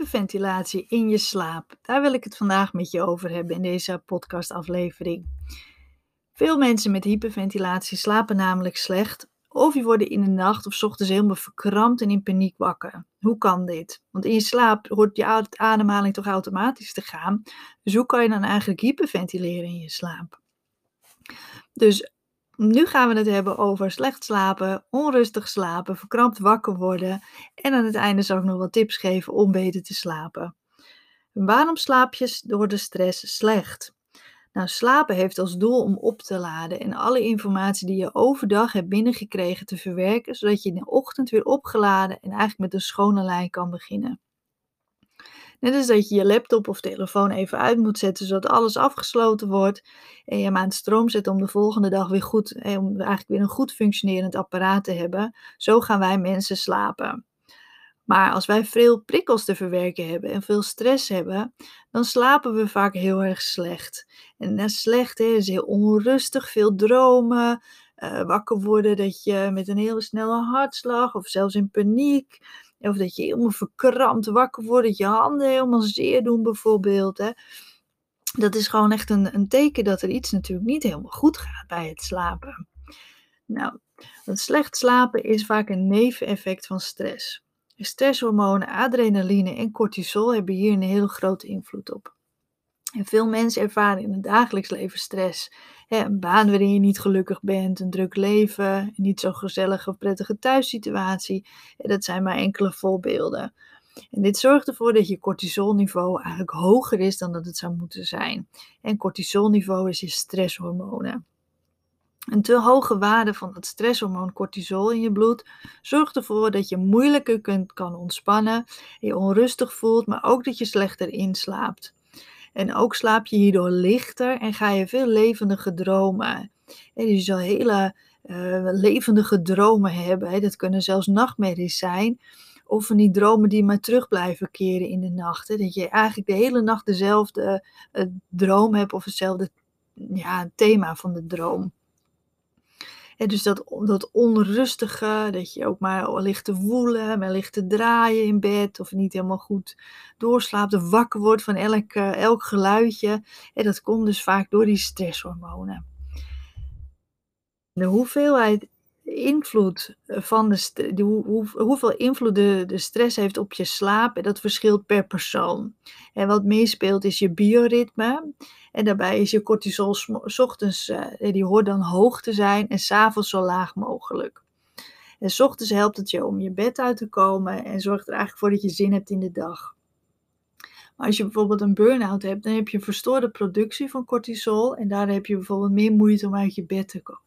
hyperventilatie in je slaap. Daar wil ik het vandaag met je over hebben in deze podcastaflevering. Veel mensen met hyperventilatie slapen namelijk slecht, of die worden in de nacht of 's ochtends helemaal verkrampt en in paniek wakker. Hoe kan dit? Want in je slaap hoort je ademhaling toch automatisch te gaan. Dus hoe kan je dan eigenlijk hyperventileren in je slaap? Dus nu gaan we het hebben over slecht slapen, onrustig slapen, verkrampt wakker worden en aan het einde zal ik nog wat tips geven om beter te slapen. Waarom slaap je door de stress slecht? Nou, slapen heeft als doel om op te laden en alle informatie die je overdag hebt binnengekregen te verwerken, zodat je in de ochtend weer opgeladen en eigenlijk met een schone lijn kan beginnen. Net als dat je je laptop of telefoon even uit moet zetten, zodat alles afgesloten wordt en je hem aan het stroom zet om de volgende dag weer goed, om eigenlijk weer een goed functionerend apparaat te hebben. Zo gaan wij mensen slapen. Maar als wij veel prikkels te verwerken hebben en veel stress hebben, dan slapen we vaak heel erg slecht. En slecht is heel onrustig, veel dromen, wakker worden dat je met een hele snelle hartslag of zelfs in paniek, of dat je helemaal verkrampt wakker wordt, dat je handen helemaal zeer doen bijvoorbeeld. Hè. Dat is gewoon echt een teken dat er iets natuurlijk niet helemaal goed gaat bij het slapen. Nou, want slecht slapen is vaak een neveneffect van stress. Stresshormonen, adrenaline en cortisol hebben hier een heel grote invloed op. En veel mensen ervaren in het dagelijks leven stress. Een baan waarin je niet gelukkig bent, een druk leven, een niet zo gezellige of prettige thuissituatie. Dat zijn maar enkele voorbeelden. En dit zorgt ervoor dat je cortisolniveau eigenlijk hoger is dan dat het zou moeten zijn. En cortisolniveau is je stresshormonen. Een te hoge waarde van het stresshormoon cortisol in je bloed zorgt ervoor dat je moeilijker kan ontspannen, je onrustig voelt, maar ook dat je slechter inslaapt. En ook slaap je hierdoor lichter en ga je veel levendige dromen. Dus je zal hele levendige dromen hebben. Dat kunnen zelfs nachtmerries zijn. Of van die dromen die maar terug blijven keren in de nacht. Dat je eigenlijk de hele nacht dezelfde droom hebt of hetzelfde thema van de droom. Dus dat onrustige, dat je ook maar ligt te woelen, maar ligt te draaien in bed of niet helemaal goed doorslaapt of wakker wordt van elk geluidje. Dat komt dus vaak door die stresshormonen. De hoeveelheid invloed van hoeveel invloed de stress heeft op je slaap, dat verschilt per persoon. En wat meespeelt is je bioritme. En daarbij is je cortisol 's ochtends, die hoort dan hoog te zijn en 's avonds zo laag mogelijk. En 's ochtends helpt het je om je bed uit te komen en zorgt er eigenlijk voor dat je zin hebt in de dag. Maar als je bijvoorbeeld een burn-out hebt, dan heb je verstoorde productie van cortisol en daardoor heb je bijvoorbeeld meer moeite om uit je bed te komen.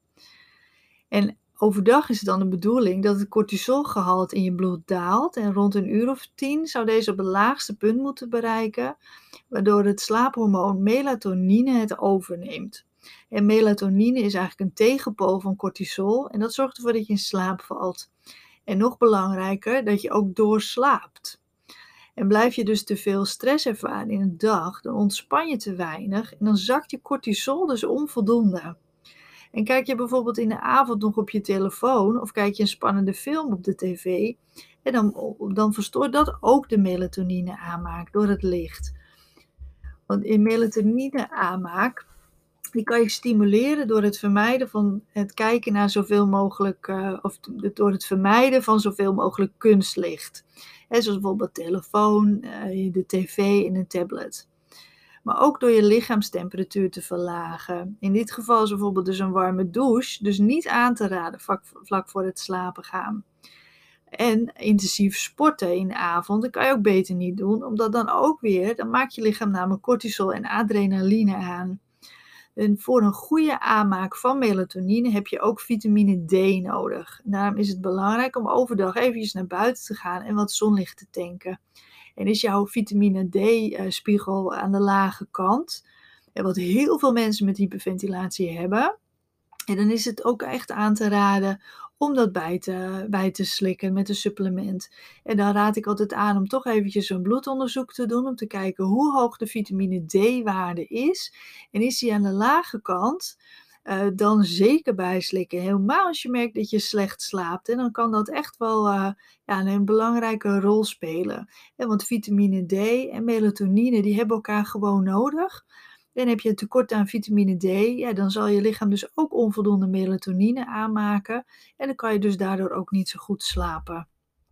En overdag is het dan de bedoeling dat het cortisolgehalte in je bloed daalt en rond 1:10 zou deze op het laagste punt moeten bereiken, waardoor het slaaphormoon melatonine het overneemt. En melatonine is eigenlijk een tegenpool van cortisol en dat zorgt ervoor dat je in slaap valt. En nog belangrijker, dat je ook doorslaapt. En blijf je dus te veel stress ervaren in een dag, dan ontspan je te weinig en dan zakt je cortisol dus onvoldoende. En kijk je bijvoorbeeld in de avond nog op je telefoon of kijk je een spannende film op de tv, en dan verstoort dat ook de melatonine aanmaak door het licht. Want in melatonine aanmaak, die kan je stimuleren door het vermijden van het kijken naar zoveel mogelijk, door het vermijden van zoveel mogelijk kunstlicht. Zoals bijvoorbeeld telefoon, de tv en een tablet. Maar ook door je lichaamstemperatuur te verlagen. In dit geval is bijvoorbeeld dus een warme douche dus niet aan te raden vlak voor het slapen gaan. En intensief sporten in de avond, dat kan je ook beter niet doen, omdat dan maakt je lichaam namelijk cortisol en adrenaline aan. En voor een goede aanmaak van melatonine heb je ook vitamine D nodig. Daarom is het belangrijk om overdag eventjes naar buiten te gaan en wat zonlicht te tanken. En is jouw vitamine D-spiegel aan de lage kant, en wat heel veel mensen met hyperventilatie hebben, en dan is het ook echt aan te raden om dat bij te slikken met een supplement. En dan raad ik altijd aan om toch eventjes een bloedonderzoek te doen, om te kijken hoe hoog de vitamine D-waarde is. En is die aan de lage kant, dan zeker bijslikken. Helemaal als je merkt dat je slecht slaapt, en dan kan dat echt wel, ja, een belangrijke rol spelen. Want vitamine D en melatonine, die hebben elkaar gewoon nodig. En heb je een tekort aan vitamine D, ja, dan zal je lichaam dus ook onvoldoende melatonine aanmaken en dan kan je dus daardoor ook niet zo goed slapen.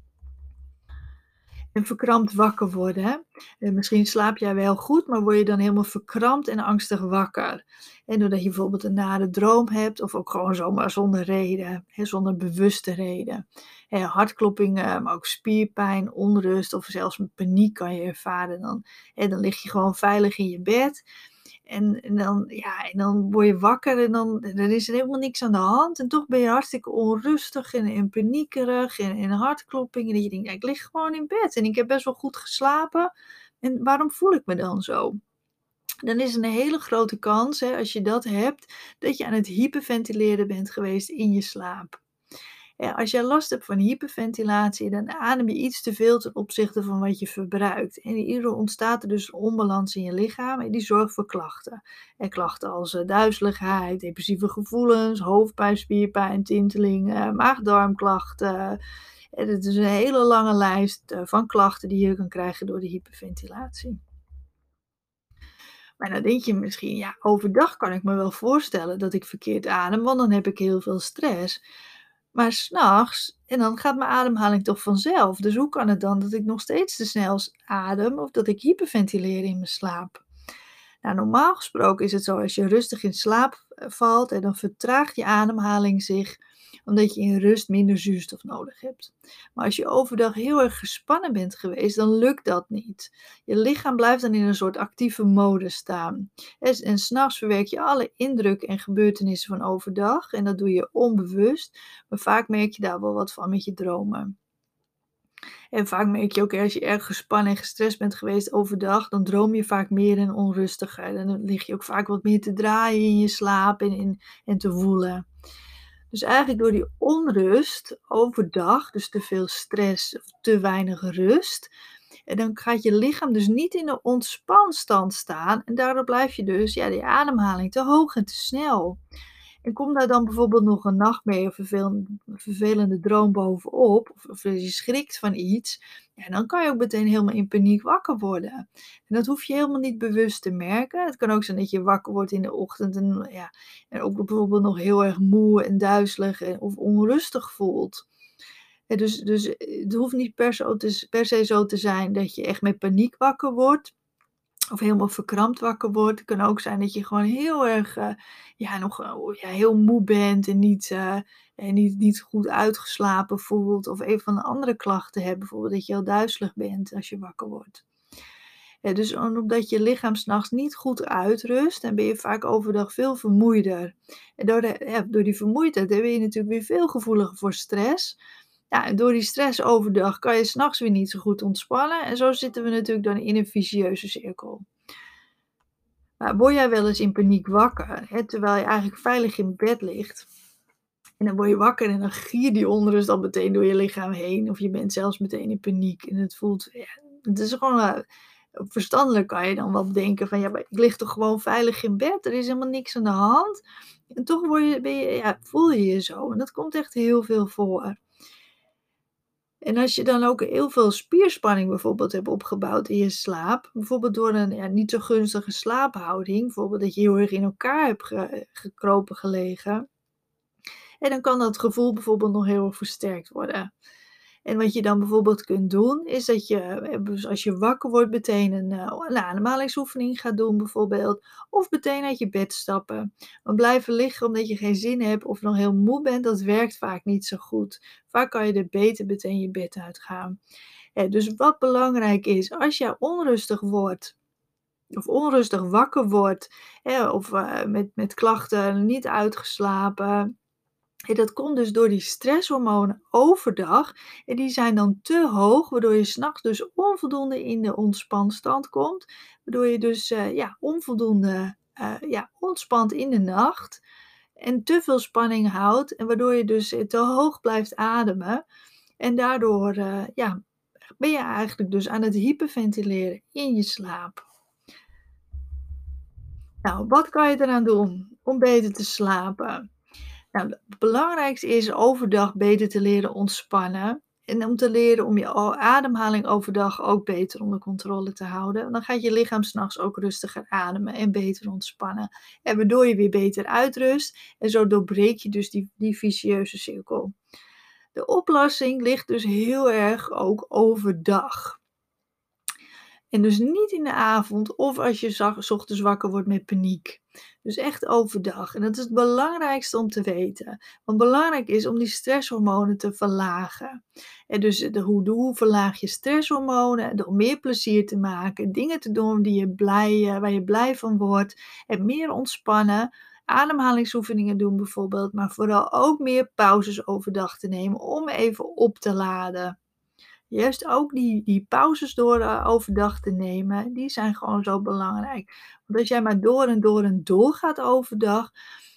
En verkrampt wakker worden, hè. Misschien slaap jij wel goed, maar word je dan helemaal verkrampt en angstig wakker. En doordat je bijvoorbeeld een nare droom hebt of ook gewoon zomaar zonder reden, hè, zonder bewuste reden. Hartkloppingen, maar ook spierpijn, onrust of zelfs met paniek kan je ervaren. Dan lig je gewoon veilig in je bed en dan ja, en dan word je wakker en dan is er helemaal niks aan de hand en toch ben je hartstikke onrustig en paniekerig en hartkloppingen. Dat je denkt: "Ja, ik lig gewoon in bed en ik heb best wel goed geslapen en waarom voel ik me dan zo?" Dan is er een hele grote kans, hè, als je dat hebt, dat je aan het hyperventileren bent geweest in je slaap. Als jij last hebt van hyperventilatie, dan adem je iets te veel ten opzichte van wat je verbruikt. En hierdoor ontstaat er dus een onbalans in je lichaam en die zorgt voor klachten. En klachten als duizeligheid, depressieve gevoelens, hoofdpijn, spierpijn, tinteling, maag-darmklachten. En het is een hele lange lijst van klachten die je kan krijgen door de hyperventilatie. Maar dan denk je misschien, ja, overdag kan ik me wel voorstellen dat ik verkeerd adem, want dan heb ik heel veel stress. Maar s'nachts, en dan gaat mijn ademhaling toch vanzelf. Dus hoe kan het dan dat ik nog steeds te snel adem of dat ik hyperventileer in mijn slaap? Nou, normaal gesproken is het zo als je rustig in slaap valt en dan vertraagt je ademhaling zich, omdat je in rust minder zuurstof nodig hebt. Maar als je overdag heel erg gespannen bent geweest, dan lukt dat niet. Je lichaam blijft dan in een soort actieve mode staan. En s'nachts verwerk je alle indruk en gebeurtenissen van overdag en dat doe je onbewust, maar vaak merk je daar wel wat van met je dromen. En vaak merk je ook als je erg gespannen en gestrest bent geweest overdag, dan droom je vaak meer en onrustiger. En dan lig je ook vaak wat meer te draaien in je slaap en te woelen. Dus eigenlijk door die onrust overdag, dus te veel stress of te weinig rust, en dan gaat je lichaam dus niet in de ontspanstand staan en daardoor blijf je dus, ja, die ademhaling te hoog en te snel. En komt daar dan bijvoorbeeld nog een nachtmerrie of vervelende droom bovenop, of je schrikt van iets, ja, dan kan je ook meteen helemaal in paniek wakker worden. En dat hoef je helemaal niet bewust te merken. Het kan ook zijn dat je wakker wordt in de ochtend en, ja, en ook bijvoorbeeld nog heel erg moe en duizelig of onrustig voelt. Het hoeft niet per se zo te zijn dat je echt met paniek wakker wordt. Of helemaal verkrampt wakker wordt. Het kan ook zijn dat je gewoon heel erg, ja, nog, ja, heel moe bent en niet goed uitgeslapen voelt. Of een van de andere klachten hebt, bijvoorbeeld dat je heel duizelig bent als je wakker wordt. Dus omdat je lichaam s'nachts niet goed uitrust, dan ben je vaak overdag veel vermoeider. En door die vermoeidheid ben je natuurlijk weer veel gevoeliger voor stress. Ja, en door die stress overdag kan je s'nachts weer niet zo goed ontspannen. En zo zitten we natuurlijk dan in een vicieuze cirkel. Maar word jij wel eens in paniek wakker, hè, terwijl je eigenlijk veilig in bed ligt? En dan word je wakker en dan giert die onrust al meteen door je lichaam heen. Of je bent zelfs meteen in paniek. En het voelt, ja, het is gewoon, verstandelijk kan je dan wel denken van, ja, maar ik lig toch gewoon veilig in bed. Er is helemaal niks aan de hand. En toch ja, voel je je zo. En dat komt echt heel veel voor. En als je dan ook heel veel spierspanning bijvoorbeeld hebt opgebouwd in je slaap, bijvoorbeeld door een, ja, niet zo gunstige slaaphouding, bijvoorbeeld dat je heel erg in elkaar hebt gekropen gelegen, en dan kan dat gevoel bijvoorbeeld nog heel erg versterkt worden. En wat je dan bijvoorbeeld kunt doen, is dat je, dus als je wakker wordt, meteen een ademhalingsoefening gaat doen bijvoorbeeld. Of meteen uit je bed stappen. Want blijven liggen omdat je geen zin hebt of nog heel moe bent, dat werkt vaak niet zo goed. Vaak kan je er beter meteen je bed uitgaan. Dus wat belangrijk is, als je onrustig wordt of onrustig wakker wordt, of met klachten, niet uitgeslapen, dat komt dus door die stresshormonen overdag en die zijn dan te hoog, waardoor je s'nachts dus onvoldoende in de ontspanstand komt, waardoor je dus, ja, onvoldoende, ja, ontspant in de nacht en te veel spanning houdt en waardoor je dus, te hoog blijft ademen en daardoor, ja, ben je eigenlijk dus aan het hyperventileren in je slaap. Nou, wat kan je eraan doen om beter te slapen? Nou, het belangrijkste is overdag beter te leren ontspannen. En om te leren om je ademhaling overdag ook beter onder controle te houden. Dan gaat je lichaam 's nachts ook rustiger ademen en beter ontspannen. En waardoor je weer beter uitrust. En zo doorbreek je dus die vicieuze cirkel. De oplossing ligt dus heel erg ook overdag. En dus niet in de avond of als je 's ochtends wakker wordt met paniek. Dus echt overdag. En dat is het belangrijkste om te weten. Want belangrijk is om die stresshormonen te verlagen. En dus hoe verlaag je stresshormonen? Door meer plezier te maken, dingen te doen waar je blij van wordt. En meer ontspannen. Ademhalingsoefeningen doen bijvoorbeeld. Maar vooral ook meer pauzes overdag te nemen om even op te laden. Juist ook die pauzes door overdag te nemen, die zijn gewoon zo belangrijk. Want als jij maar door gaat overdag,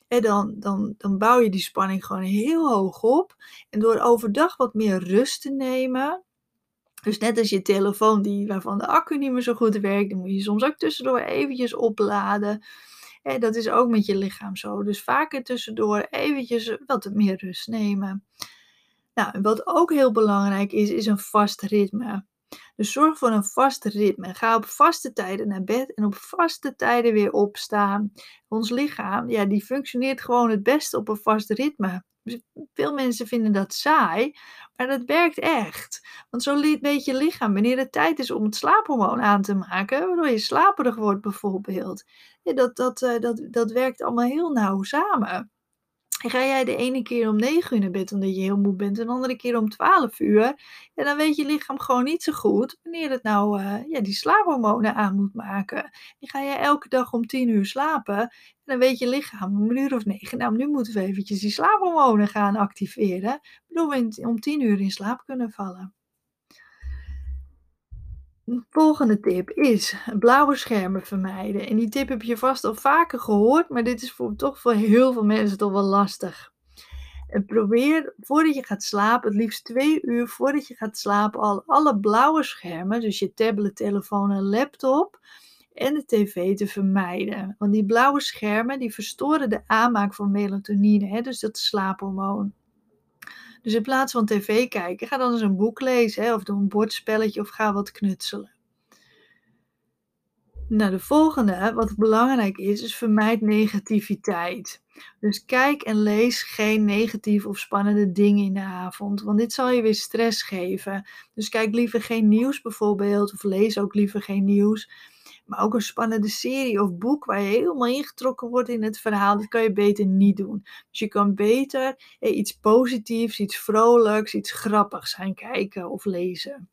dan bouw je die spanning gewoon heel hoog op. En door overdag wat meer rust te nemen, dus net als je telefoon waarvan de accu niet meer zo goed werkt, dan moet je soms ook tussendoor eventjes opladen. Dat is ook met je lichaam zo. Dus vaker tussendoor eventjes wat meer rust nemen. Nou, en wat ook heel belangrijk is een vast ritme. Dus zorg voor een vast ritme. Ga op vaste tijden naar bed en op vaste tijden weer opstaan. Ons lichaam, ja, die functioneert gewoon het beste op een vast ritme. Dus veel mensen vinden dat saai, maar dat werkt echt. Want zo weet je lichaam wanneer het tijd is om het slaaphormoon aan te maken, waardoor je slaperig wordt bijvoorbeeld. Ja, dat werkt allemaal heel nauw samen. En ga jij de ene keer om 9 uur naar bed omdat je heel moe bent en de andere keer om 12 uur, ja, dan weet je lichaam gewoon niet zo goed wanneer het nou die slaaphormonen aan moet maken. En ga jij elke dag om 10 uur slapen, en dan weet je lichaam om 1 uur of 9, nou, nu moeten we eventjes die slaaphormonen gaan activeren, waardoor we om 10 uur in slaap kunnen vallen. Een volgende tip is blauwe schermen vermijden. En die tip heb je vast al vaker gehoord, maar dit is toch voor heel veel mensen toch wel lastig. En probeer voordat je gaat slapen, het liefst 2 uur voordat je gaat slapen, al alle blauwe schermen, dus je tablet, telefoon en laptop en de tv te vermijden. Want die blauwe schermen die verstoren de aanmaak van melatonine, hè, dus dat slaaphormoon. Dus in plaats van tv kijken, ga dan eens een boek lezen, hè, of doe een bordspelletje of ga wat knutselen. Nou, de volgende, wat belangrijk is vermijd negativiteit. Dus kijk en lees geen negatieve of spannende dingen in de avond, want dit zal je weer stress geven. Dus kijk liever geen nieuws bijvoorbeeld, of lees ook liever geen nieuws. Maar ook een spannende serie of boek waar je helemaal ingetrokken wordt in het verhaal, dat kan je beter niet doen. Dus je kan beter iets positiefs, iets vrolijks, iets grappigs gaan kijken of lezen.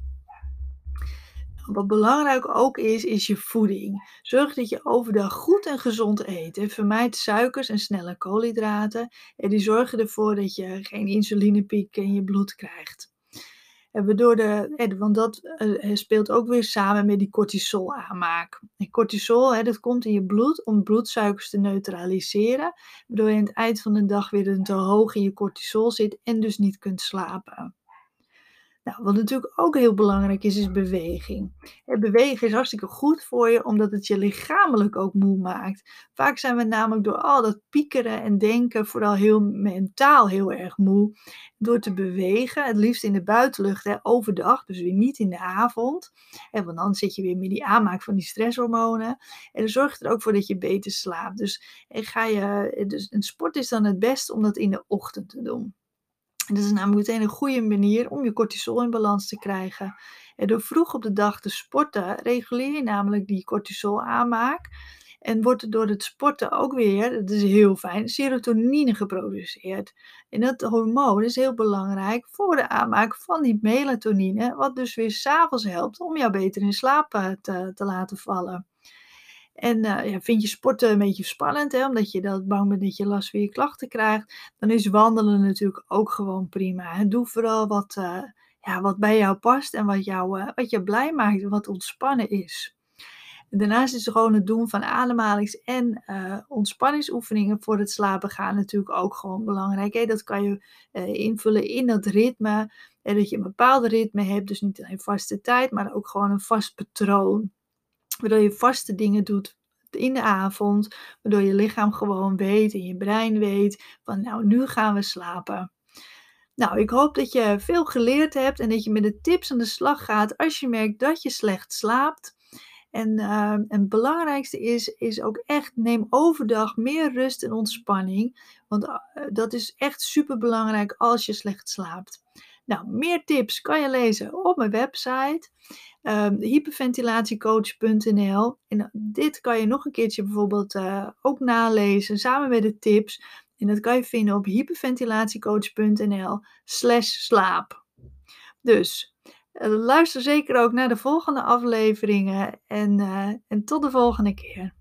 Wat belangrijk ook is je voeding. Zorg dat je overdag goed en gezond eet. En vermijd suikers en snelle koolhydraten. En die zorgen ervoor dat je geen insulinepiek in je bloed krijgt. En want dat speelt ook weer samen met die cortisolaanmaak. En cortisol, dat komt in je bloed om bloedsuikers te neutraliseren. Waardoor je aan het eind van de dag weer te hoog in je cortisol zit en dus niet kunt slapen. Nou, wat natuurlijk ook heel belangrijk is beweging. Bewegen is hartstikke goed voor je, omdat het je lichamelijk ook moe maakt. Vaak zijn we namelijk door al dat piekeren en denken vooral heel mentaal heel erg moe. Door te bewegen, het liefst in de buitenlucht, overdag, dus weer niet in de avond. Want dan zit je weer met die aanmaak van die stresshormonen. En dan zorgt er ook voor dat je beter slaapt. Dus een sport is dan het beste om dat in de ochtend te doen. En dat is namelijk meteen een goede manier om je cortisol in balans te krijgen. En door vroeg op de dag te sporten, reguleer je namelijk die cortisolaanmaak. En wordt er door het sporten ook weer, dat is heel fijn, serotonine geproduceerd. En dat hormoon is heel belangrijk voor de aanmaak van die melatonine, wat dus weer 's avonds helpt om jou beter in slaap te laten vallen. En vind je sporten een beetje spannend, omdat je bang bent dat je last van je klachten krijgt, dan is wandelen natuurlijk ook gewoon prima. En doe vooral wat bij jou past en wat je blij maakt en wat ontspannen is. En daarnaast is gewoon het doen van ademhalings- en ontspanningsoefeningen voor het slapen gaan natuurlijk ook gewoon belangrijk. Hè? Dat kan je invullen in dat ritme. Dat je een bepaald ritme hebt, dus niet alleen vaste tijd, maar ook gewoon een vast patroon. Waardoor je vaste dingen doet in de avond, waardoor je lichaam gewoon weet en je brein weet van nou, nu gaan we slapen. Nou, ik hoop dat je veel geleerd hebt en dat je met de tips aan de slag gaat als je merkt dat je slecht slaapt. En het belangrijkste is ook echt neem overdag meer rust en ontspanning, want dat is echt superbelangrijk als je slecht slaapt. Nou, meer tips kan je lezen op mijn website, hyperventilatiecoach.nl. En dit kan je nog een keertje bijvoorbeeld ook nalezen samen met de tips. En dat kan je vinden op hyperventilatiecoach.nl/slaap. Dus luister zeker ook naar de volgende afleveringen en tot de volgende keer.